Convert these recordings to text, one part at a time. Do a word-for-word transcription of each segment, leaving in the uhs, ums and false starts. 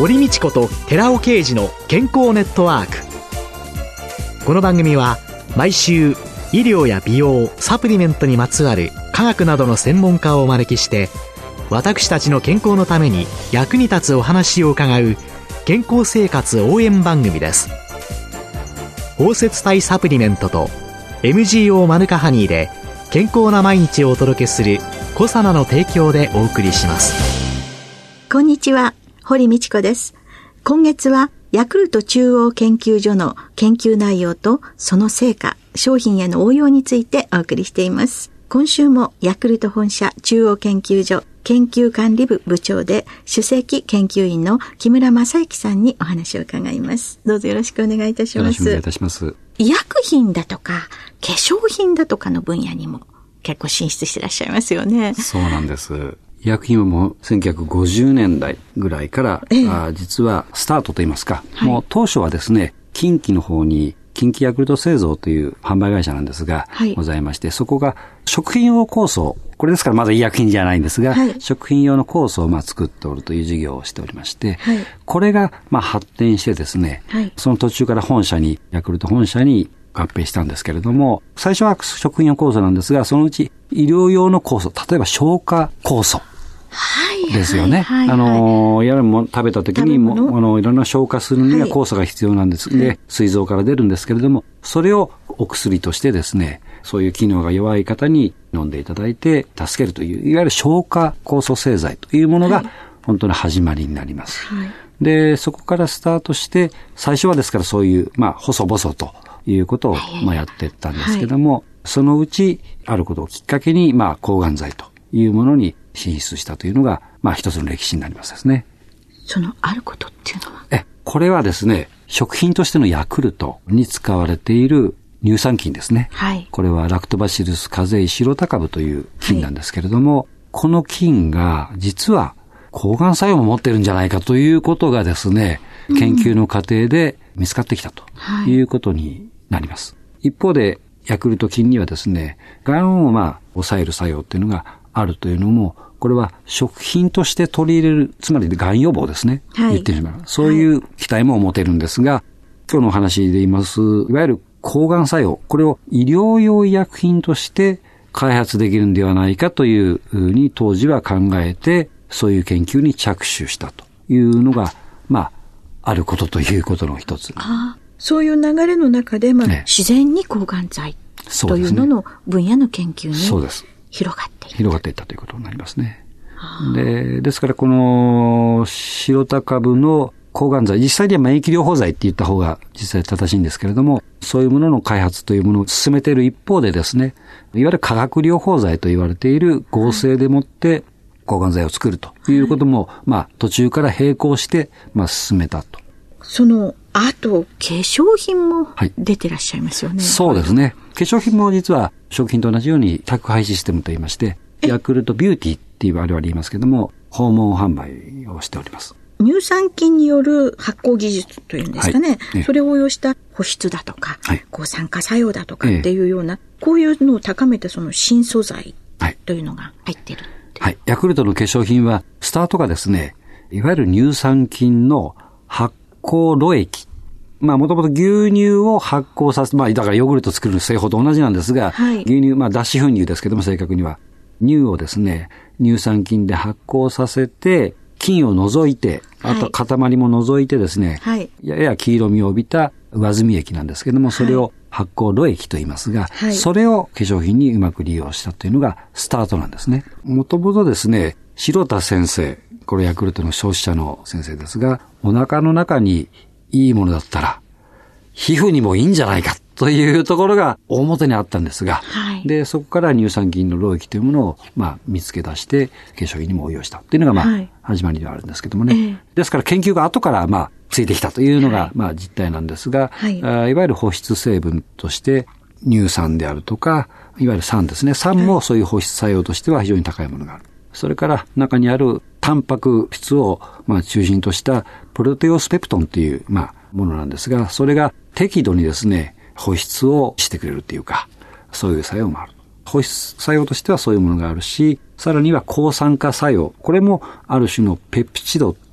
堀道子と寺尾啓二の健康ネットワーク。この番組は毎週医療や美容、サプリメントにまつわる科学などの専門家をお招きして、私たちの健康のために役に立つお話を伺う健康生活応援番組です。包摂体サプリメントと エムジーオー マヌカハニーで健康な毎日をお届けするコサナの提供でお送りします。 こんにちは、堀道子です。今月はヤクルト中央研究所の研究内容とその成果、商品への応用についてお送りしています。今週もヤクルト本社中央研究所研究管理部部長で首席研究員の木村正幸さんにお話を伺います。どうぞよろしくお願いいたします。 よろしくお願いいたします。 医薬品だとか化粧品だとかの分野にも結構進出していらっしゃいますよね。 そうなんです。医薬品はもうせんきゅうひゃくごじゅうねんだいぐらいから、ええ、あ実はスタートといいますか、はい、もう当初はですね、近畿の方に近畿ヤクルト製造という販売会社なんですが、はい、ございまして、そこが食品用酵素、これですからまだ医薬品じゃないんですが、はい、食品用の酵素をまあ作っておるという事業をしておりまして、はい、これがまあ発展してですね、はい、その途中から本社に、ヤクルト本社に合併したんですけれども、最初は食品用酵素なんですが、そのうち医療用の酵素、例えば消化酵素ですよね。はいはいはいはい、あの、いわゆるも食べた時にも、あの、いろんな消化するには酵素が必要なんです。はい、で、膵臓から出るんですけれども、それをお薬としてですね、そういう機能が弱い方に飲んでいただいて助けるという、いわゆる消化酵素製剤というものが本当の始まりになります。はい、で、そこからスタートして、最初はですからそういう、まあ、細々ということを、まあ、やっていったんですけども、はい、そのうち、あることをきっかけに、まあ、抗がん剤というものに進出したというのが、まあ一つの歴史になりますですね。 そのあることっていうのはえ、これはですね、食品としてのヤクルトに使われている乳酸菌ですね。はい。これはラクトバシルスカゼイシロタ株という菌なんですけれども、はい、この菌が実は抗がん作用も持っているんじゃないかということがですね、研究の過程で見つかってきたということになります。はい、一方で、ヤクルト菌にはですね、がんをまあ抑える作用っていうのがあるというのも、これは食品として取り入れる、つまりがん予防ですね。はい、言ってしまう。そういう期待も持てるんですが、はい、今日のお話で言います、いわゆる抗がん作用、これを医療用医薬品として開発できるんではないかというふうに当時は考えて、そういう研究に着手したというのが、まあ、あることということの一つ。 ああ、そういう流れの中で、まあ、ね、自然に抗がん剤というのの分野の研究に、そうです。広がっていった。 広がっていったということになりますね。で、ですからこの白田株の抗がん剤、実際には免疫療法剤って言った方が実際正しいんですけれども、そういうものの開発というものを進めている一方でですね、いわゆる化学療法剤と言われている合成でもって抗がん剤を作るということも、はい、まあ途中から並行してまあ進めたと。 そのあと化粧品も出てらっしゃいますよね。はい、 そうですね。化粧品も実は食品と同じように宅配システムと言いまして、ヤクルトビューティーっていう我々言いますけども、訪問販売をしております。 乳酸菌による発酵技術というんですかね。はい、それを応用した保湿だとか、はい、抗酸化作用だとかっていうような、ええ、こういうのを高めたその新素材というのが入っている。 はい。ヤクルトの化粧品は、スタートがですね、いわゆる乳酸菌の発酵露液。まあ、もともと牛乳を発酵させ、まあ、だからヨーグルト作る製法と同じなんですが、はい、牛乳、まあ、脱脂粉乳ですけども、正確には。乳をですね、乳酸菌で発酵させて、菌を除いて、あと塊も除いてですね、はい、やや黄色みを帯びた上澄み液なんですけども、それを発酵露液と言いますが、はい、それを化粧品にうまく利用したというのがスタートなんですね。もともとですね、白田先生、これヤクルトの消費者の先生ですが、お腹の中にいいものだったら、皮膚にもいいんじゃないかというところが大元にあったんですが、はい、で、そこから乳酸菌の露液というものを、まあ、見つけ出して、化粧品にも応用したっていうのが、まあ、はい、始まりではあるんですけどもね。えー、ですから研究が後から、まあ、ついてきたというのが、はい、まあ、実態なんですが、はい、あいわゆる保湿成分として、乳酸であるとか、いわゆる酸ですね。酸もそういう保湿作用としては非常に高いものがある。それから中にあるタンパク質を、まあ、中心としたプロテオスペプトンという、まあ、ものなんですが、それが適度にですね、保湿をしてくれるっていうか、そういう作用もある。保湿作用としてはそういうものがあるし、さらには抗酸化作用。これもある種のペプチド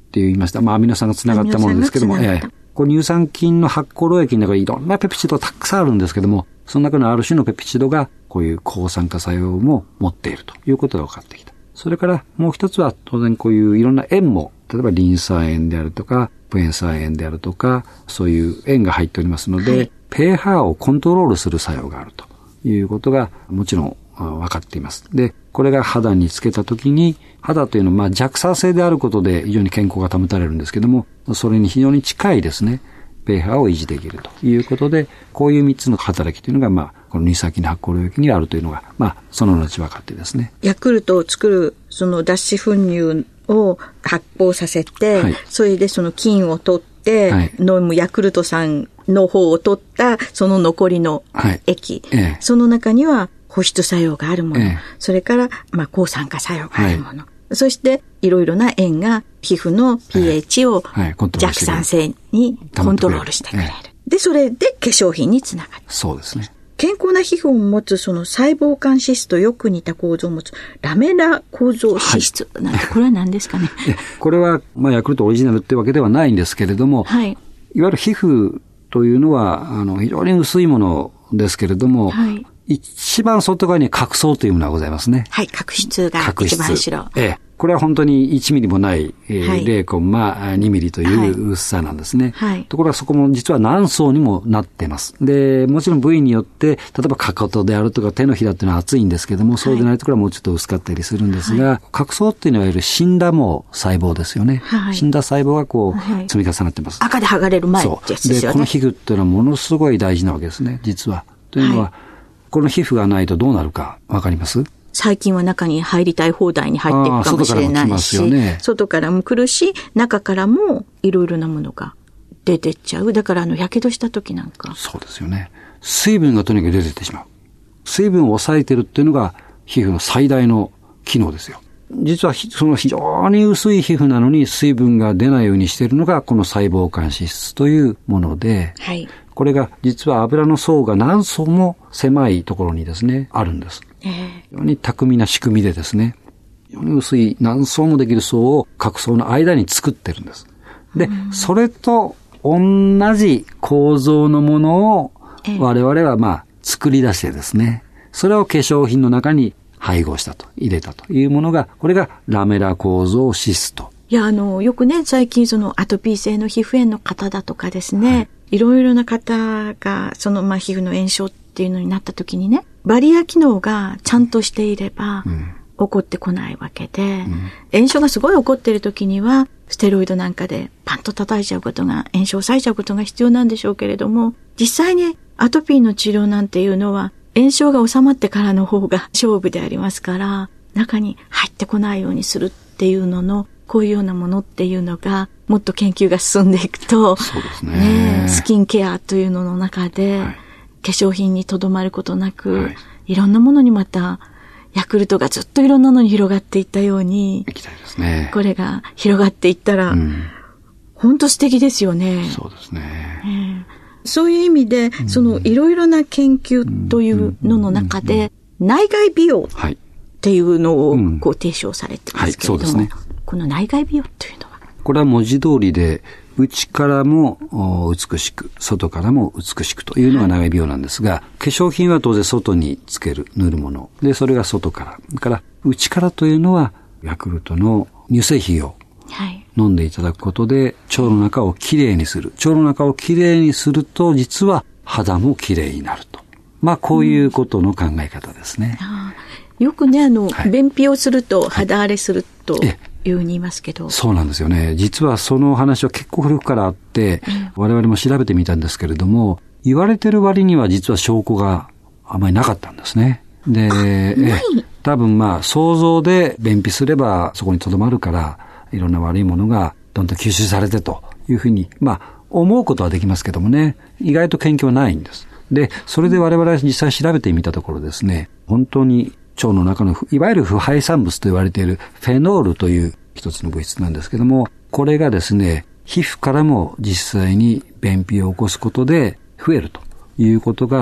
って言いました。まあ、アミノ酸がつながったものですけども、ええ、こう乳酸菌の発酵漏液の中にいろんなペプチドがたくさんあるんですけども、その中のある種のペプチドがこういう抗酸化作用も持っているということが分かってきた。それからもう一つは当然こういういろんな塩も、例えばリン酸塩であるとか、プエン酸塩であるとか、そういう塩が入っておりますので、はい、pH をコントロールする作用があるということがもちろん分かっています。で、これが肌につけたときに、肌というのはまあ弱酸性であることで非常に健康が保たれるんですけども、それに非常に近いですね、pH を維持できるということで、こういうみっつの働きというのが、まあ、この乳酸菌の発酵領域にあるというのが、まあ、その後分かってですね。 ヤクルトを作る、その脱脂粉乳を発酵させて、はい、それでその菌を取って、はい、飲むヤクルト酸の方を取った、その残りの液、はいええ、その中には保湿作用があるもの、ええ、それから、まあ、抗酸化作用があるもの、はい、そして、いろいろな塩が皮膚の pH を弱酸性にコントロールしてくれる。で、それで化粧品につながる。 そうですね。 健康な皮膚を持つその細胞間脂質とよく似た構造を持つラメラ構造脂質なんて、はい、これは何ですかね。 これは、まあ、ヤクルトオリジナルってわけではないんですけれども、はい、いわゆる皮膚というのは、あの、非常に薄いものですけれども、はい、一番外側に角層というものがございますね。はい、 角質が一番後ろ。 ええ。これは本当にいちミリもない、えーはい、ゼロコンマにミリという薄さなんですね。はい、ところがそこも実は何層にもなっています。で、もちろん部位によって、例えばかかとであるとか手のひらっていうのは厚いんですけども、そうでないところはもうちょっと薄かったりするんですが、はい、角層っていうのはいわゆる死んだもう細胞ですよね。はい、死んだ細胞がこう、はい、積み重なってます。 赤で剥がれる前ってやつですよね。 で、この皮膚っていうのはものすごい大事なわけですね、実は。というのは、はい、この皮膚がないとどうなるかわかります？ 細菌は中に入りたい放題に入っていくかもしれないし、外からも来ますよね。外からも来るし、中からもいろいろなものが出てっちゃう。だからあの、やけどした時なんか。 そうですよね。水分がとにかく出てってしまう。水分を抑えてるっていうのが皮膚の最大の機能ですよ。実はその非常に薄い皮膚なのに水分が出ないようにしているのがこの細胞間脂質というもので、はい、これが実は油の層が何層も狭いところにですね、あるんです。非常に巧みな仕組みでですね、非常に薄い何層もできる層を角層の間に作ってるんです。で、それと同じ構造のものを我々はまあ作り出してですね、それを化粧品の中に配合したと、入れたというものが、これがラメラ構造脂質と。 いや、あの、よくね、最近そのアトピー性の皮膚炎の方だとかですね、はい、いろいろな方が、そのまあ皮膚の炎症っていうのになった時にね、バリア機能がちゃんとしていれば、うん、起こってこないわけで、うん、炎症がすごい起こっている時には、ステロイドなんかでパンと叩いちゃうことが、炎症を抑えちゃうことが必要なんでしょうけれども、実際にアトピーの治療なんていうのは、炎症が収まってからの方が勝負でありますから、中に入ってこないようにするっていうのの、こういうようなものっていうのが、もっと研究が進んでいくと、 そうですね。 ね、スキンケアというのの中で、はい、化粧品にとどまることなく、はい、いろんなものにまた、ヤクルトがずっといろんなのに広がっていったように、 行きたいですね。 これが広がっていったら、うん、本当素敵ですよね。 そうですね。 えーそういう意味で、うん、そのいろいろな研究というのの中で、内外美容っていうのをこう提唱されてますけれども、はいはいね、この内外美容というのはこれは文字通りで、内からも美しく、外からも美しくというのが内外美容なんですが、はい、化粧品は当然外につける、塗るもの。で、それが外から。だから、内からというのは、ヤクルトの乳製品を、はい飲んでいただくことで腸の中をきれいにする。腸の中をきれいにすると実は肌もきれいになると。まあこういうことの考え方ですね。 うん、あよくね、あの、はい、便秘をすると肌荒れするというふうに言いますけど、はい。 そうなんですよね。実はその話は結構古くからあって、うん、我々も調べてみたんですけれども、言われてる割には実は証拠があまりなかったんですね。で、え多分まあ想像で便秘すればそこに留まるから、いろんな悪いものがどんどん吸収されてというふうに、まあ、思うことはできますけどもね、意外と研究はないんです。で、それで我々は実際調べてみたところですね、本当に腸の中の、いわゆる不排散物と言われているフェノールという一つの物質なんですけども、これがですね、皮膚からも実際に便秘を起こすことで増えるということが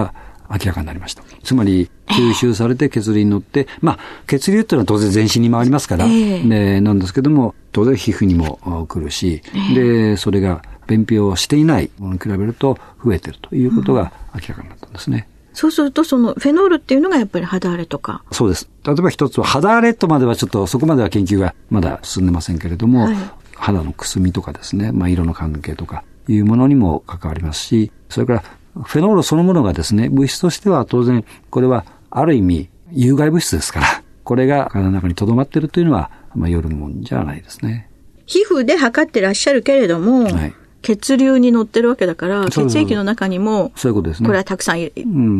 明らかになりました。つまり、吸収されて血流に乗って、まあ、血流っていうのは当然全身に回りますから、えー、でなんですけども、当然皮膚にも来るし、えー、で、それが便秘をしていないものに比べると増えてるということが明らかになったんですね。 うん、そうすると、そのフェノールっていうのがやっぱり肌荒れとか。 そうです。例えば一つは肌荒れとまではちょっとそこまでは研究がまだ進んでませんけれども、はい、肌のくすみとかですね、まあ、色の関係とかいうものにも関わりますし、それからフェノールそのものがですね、物質としては当然これはある意味有害物質ですから、これが体の中に留まっているというのは、まあ、よるもんじゃないですね。 皮膚で測ってらっしゃるけれども、はい、血流に乗ってるわけだから、血液の中にも、 そういうことですね。 これはたくさん、うん、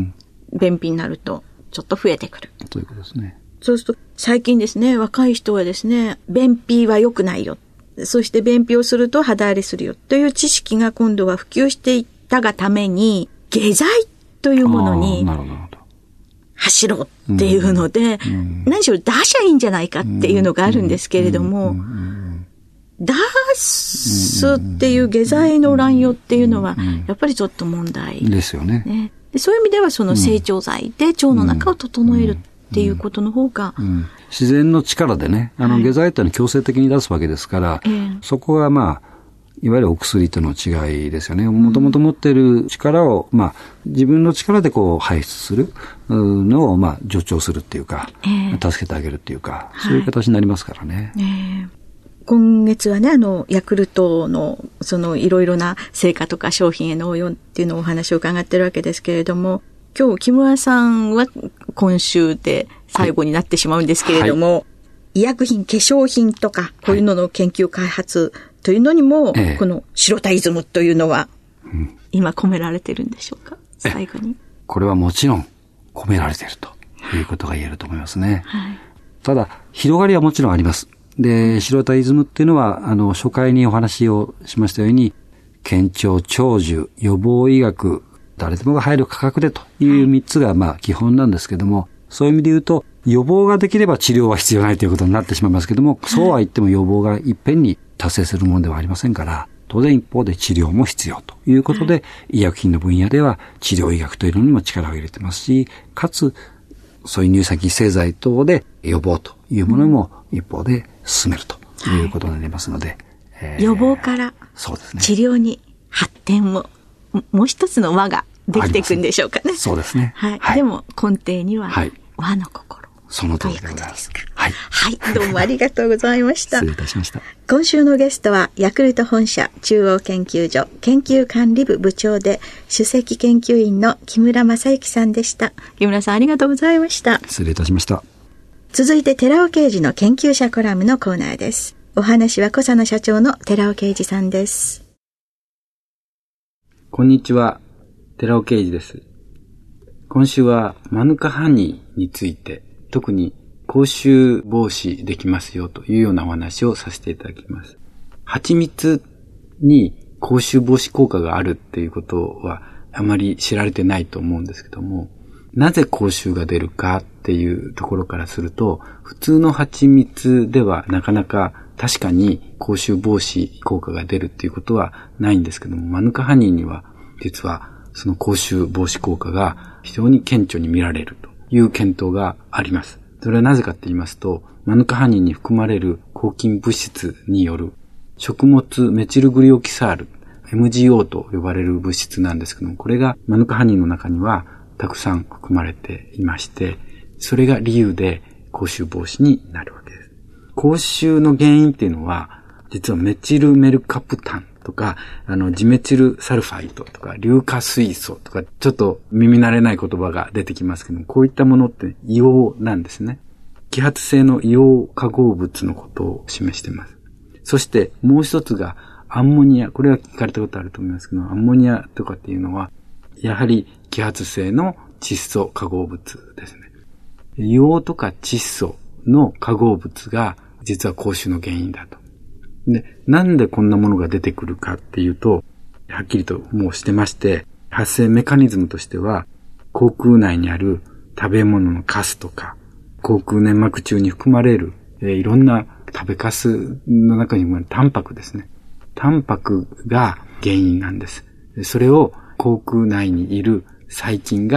便秘になるとちょっと増えてくる。 そういうことですね。 そうすると最近ですね、若い人はですね、便秘は良くないよ。そして便秘をすると肌荒れするよという知識が今度は普及していったがために、下剤というものに走ろうっていうので、何しろ出しゃいいんじゃないかっていうのがあるんですけれども、出すっていう下剤の乱用っていうのはやっぱりちょっと問題ですよね。 でそういう意味ではその整腸剤で腸の中を整えるっていうことの方が、 うんうん、自然の力でね、あの下剤ってのは強制的に出すわけですから、はい、そこがまあいわゆるお薬との違いですよね。もともと持っている力を、まあ、自分の力でこう排出するのを、まあ、助長するっていうか、えー、助けてあげるっていうか、そういう形になりますからね。はい、 えー、今月はね、あの、ヤクルトの、その、いろいろな成果とか商品への応用っていうのをお話を伺ってるわけですけれども、今日、木村さんは今週で最後になってしまうんですけれども、はいはい、医薬品、化粧品とか、こういうのの研究開発、はいというのにも、ええ、この白タイズムというのは、今込められてるんでしょうか、うん、最後に。 これはもちろん込められているということが言えると思いますね。はい、ただ、広がりはもちろんあります。で、白タイズムっていうのは、あの、初回にお話をしましたように、健腸、長寿、予防医学、誰でもが入る価格でというみっつが、まあ、基本なんですけども、そういう意味で言うと、予防ができれば治療は必要ないということになってしまいますけども、そうは言っても予防がいっぺんに達成するものではありませんから、当然一方で治療も必要ということで、医薬品の分野では治療医学というのにも力を入れてますし、かつ、そういう乳酸菌製剤等で予防というものも一方で進めるということになりますので。はいえー、予防から治療に発展を、もう一つの輪ができていくんでしょうかね。 そうですね。 はい。はい、でも根底には和の心。 その通りでございます。 はい。はい。どうもありがとうございました。 失礼いたしました。 今週のゲストは、ヤクルト本社中央研究所研究管理部部長で、首席研究員の木村正幸さんでした。木村さんありがとうございました。 失礼いたしました。 続いて、寺尾啓二の研究者コラムのコーナーです。お話は小佐野社長の寺尾啓二さんです。 こんにちは。寺尾啓二です。今週はマヌカハニーについて、特に口臭防止できますよというようなお話をさせていただきます。蜂蜜に口臭防止効果があるっていうことはあまり知られてないと思うんですけども、なぜ口臭が出るかっていうところからすると、普通の蜂蜜ではなかなか確かに口臭防止効果が出るっていうことはないんですけども、マヌカハニーには実はその口臭防止効果が非常に顕著に見られるという検討があります。それはなぜかと言いますと、マヌカハニーに含まれる抗菌物質による食物メチルグリオキサール、エムジーオー と呼ばれる物質なんですけども、これがマヌカハニーの中にはたくさん含まれていまして、それが理由で口臭防止になるわけです。口臭の原因っていうのは、実はメチルメルカプタンとか、あの、ジメチルサルファイトとか、硫化水素とか、ちょっと耳慣れない言葉が出てきますけども、こういったものって硫黄なんですね。揮発性の硫黄化合物のことを示しています。そしてもう一つがアンモニア。これは聞かれたことあると思いますけど、アンモニアとかっていうのは、やはり揮発性の窒素化合物ですね。硫黄とか窒素の化合物が実は口臭の原因だと。で、なんでこんなものが出てくるかっていうと、はっきりともうしてまして、発生メカニズムとしては、口腔内にある食べ物のカスとか、口腔粘膜中に含まれる、えー、いろんな食べカスの中に含まれるタンパクですね。タンパクが原因なんです。それを口腔内にいる細菌が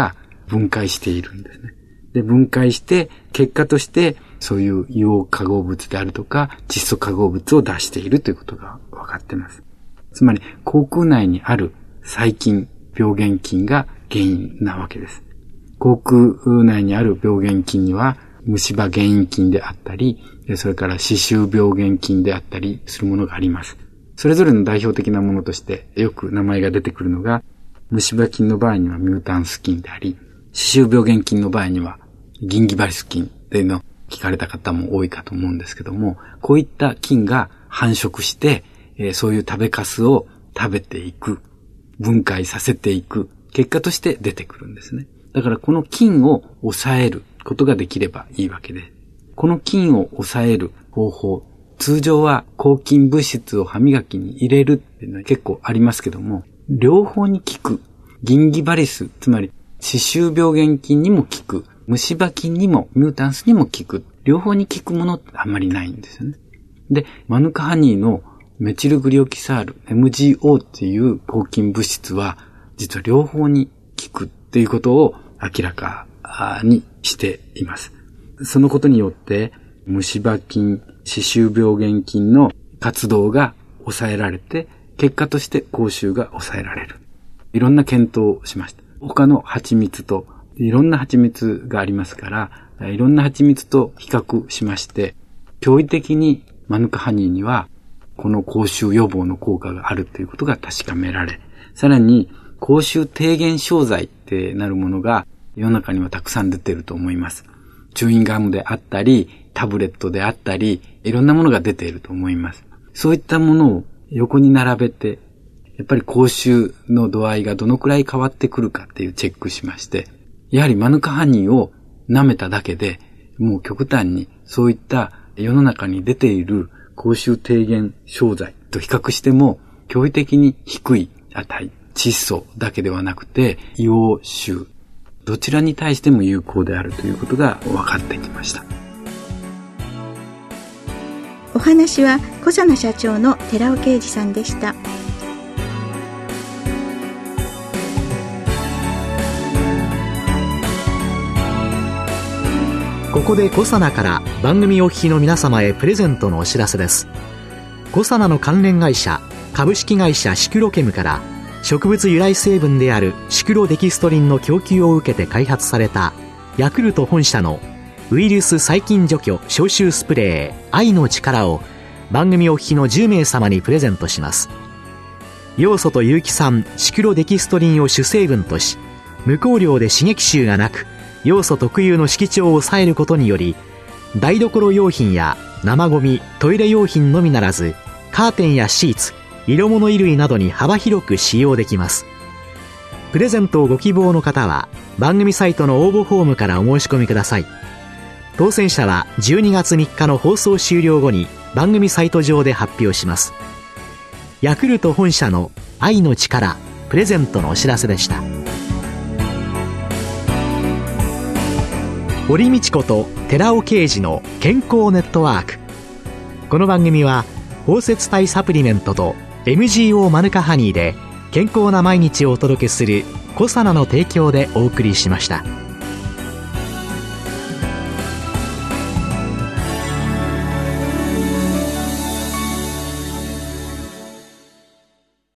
分解しているんですね。で、分解して、結果として、そういう硫黄化合物であるとか、窒素化合物を出しているということが分かっています。つまり、口腔内にある細菌、病原菌が原因なわけです。口腔内にある病原菌には、虫歯原因菌であったり、それから歯周病原菌であったりするものがあります。それぞれの代表的なものとしてよく名前が出てくるのが、虫歯菌の場合にはミュータンス菌であり、歯周病原菌の場合にはギンギバリス菌っていうのを聞かれた方も多いかと思うんですけども、こういった菌が繁殖して、えー、そういう食べかすを食べていく、分解させていく、結果として出てくるんですね。だからこの菌を抑えることができればいいわけで、この菌を抑える方法、通常は抗菌物質を歯磨きに入れるっていうのは結構ありますけども、両方に効く。ギンギバリス、つまり歯周病原菌にも効く。虫歯菌にもミュータンスにも効く。両方に効くものってあんまりないんですよね。で、マヌカハニーのメチルグリオキサール、エムジーオー っていう抗菌物質は、実は両方に効くっていうことを明らかにしています。そのことによって、虫歯菌、歯周病原菌の活動が抑えられて、結果として口臭が抑えられる。いろんな検討をしました。他の蜂蜜と、いろんな蜂蜜がありますから、いろんな蜂蜜と比較しまして、驚異的にマヌカハニーには、この口臭予防の効果があるということが確かめられ、さらに口臭低減商材ってなるものが世の中にはたくさん出ていると思います。チューインガムであったり、タブレットであったり、いろんなものが出ていると思います。そういったものを横に並べて、やっぱり口臭の度合いがどのくらい変わってくるかっていうチェックしまして、やはりマヌカハニーを舐めただけで、もう極端にそういった世の中に出ている口臭低減商材と比較しても、驚異的に低い値、窒素だけではなくて、硫黄臭、どちらに対しても有効であるということが分かってきました。 お話は小佐奈社長の寺尾啓二さんでした。 ここでコサナから番組お聞きの皆様へプレゼントのお知らせです。コサナの関連会社株式会社シクロケムから植物由来成分であるシクロデキストリンの供給を受けて開発されたヤクルト本社のウイルス細菌除去消臭スプレー愛の力を番組お聞きのじゅうめい様にプレゼントします。ヨウ素と有機酸シクロデキストリンを主成分とし、無香料で刺激臭がなく、ヨウ素特有の色調を抑えることにより、台所用品や生ゴミ、トイレ用品のみならず、カーテンやシーツ、色物衣類などに幅広く使用できます。プレゼントをご希望の方は番組サイトの応募フォームからお申し込みください。当選者はじゅうにがつみっかの放送終了後に番組サイト上で発表します。ヤクルト本社の愛の力プレゼントのお知らせでした。堀道子と寺尾啓二の健康ネットワーク。この番組は包摂体サプリメントと エムジーオー マヌカハニーで健康な毎日をお届けするコサナの提供でお送りしました。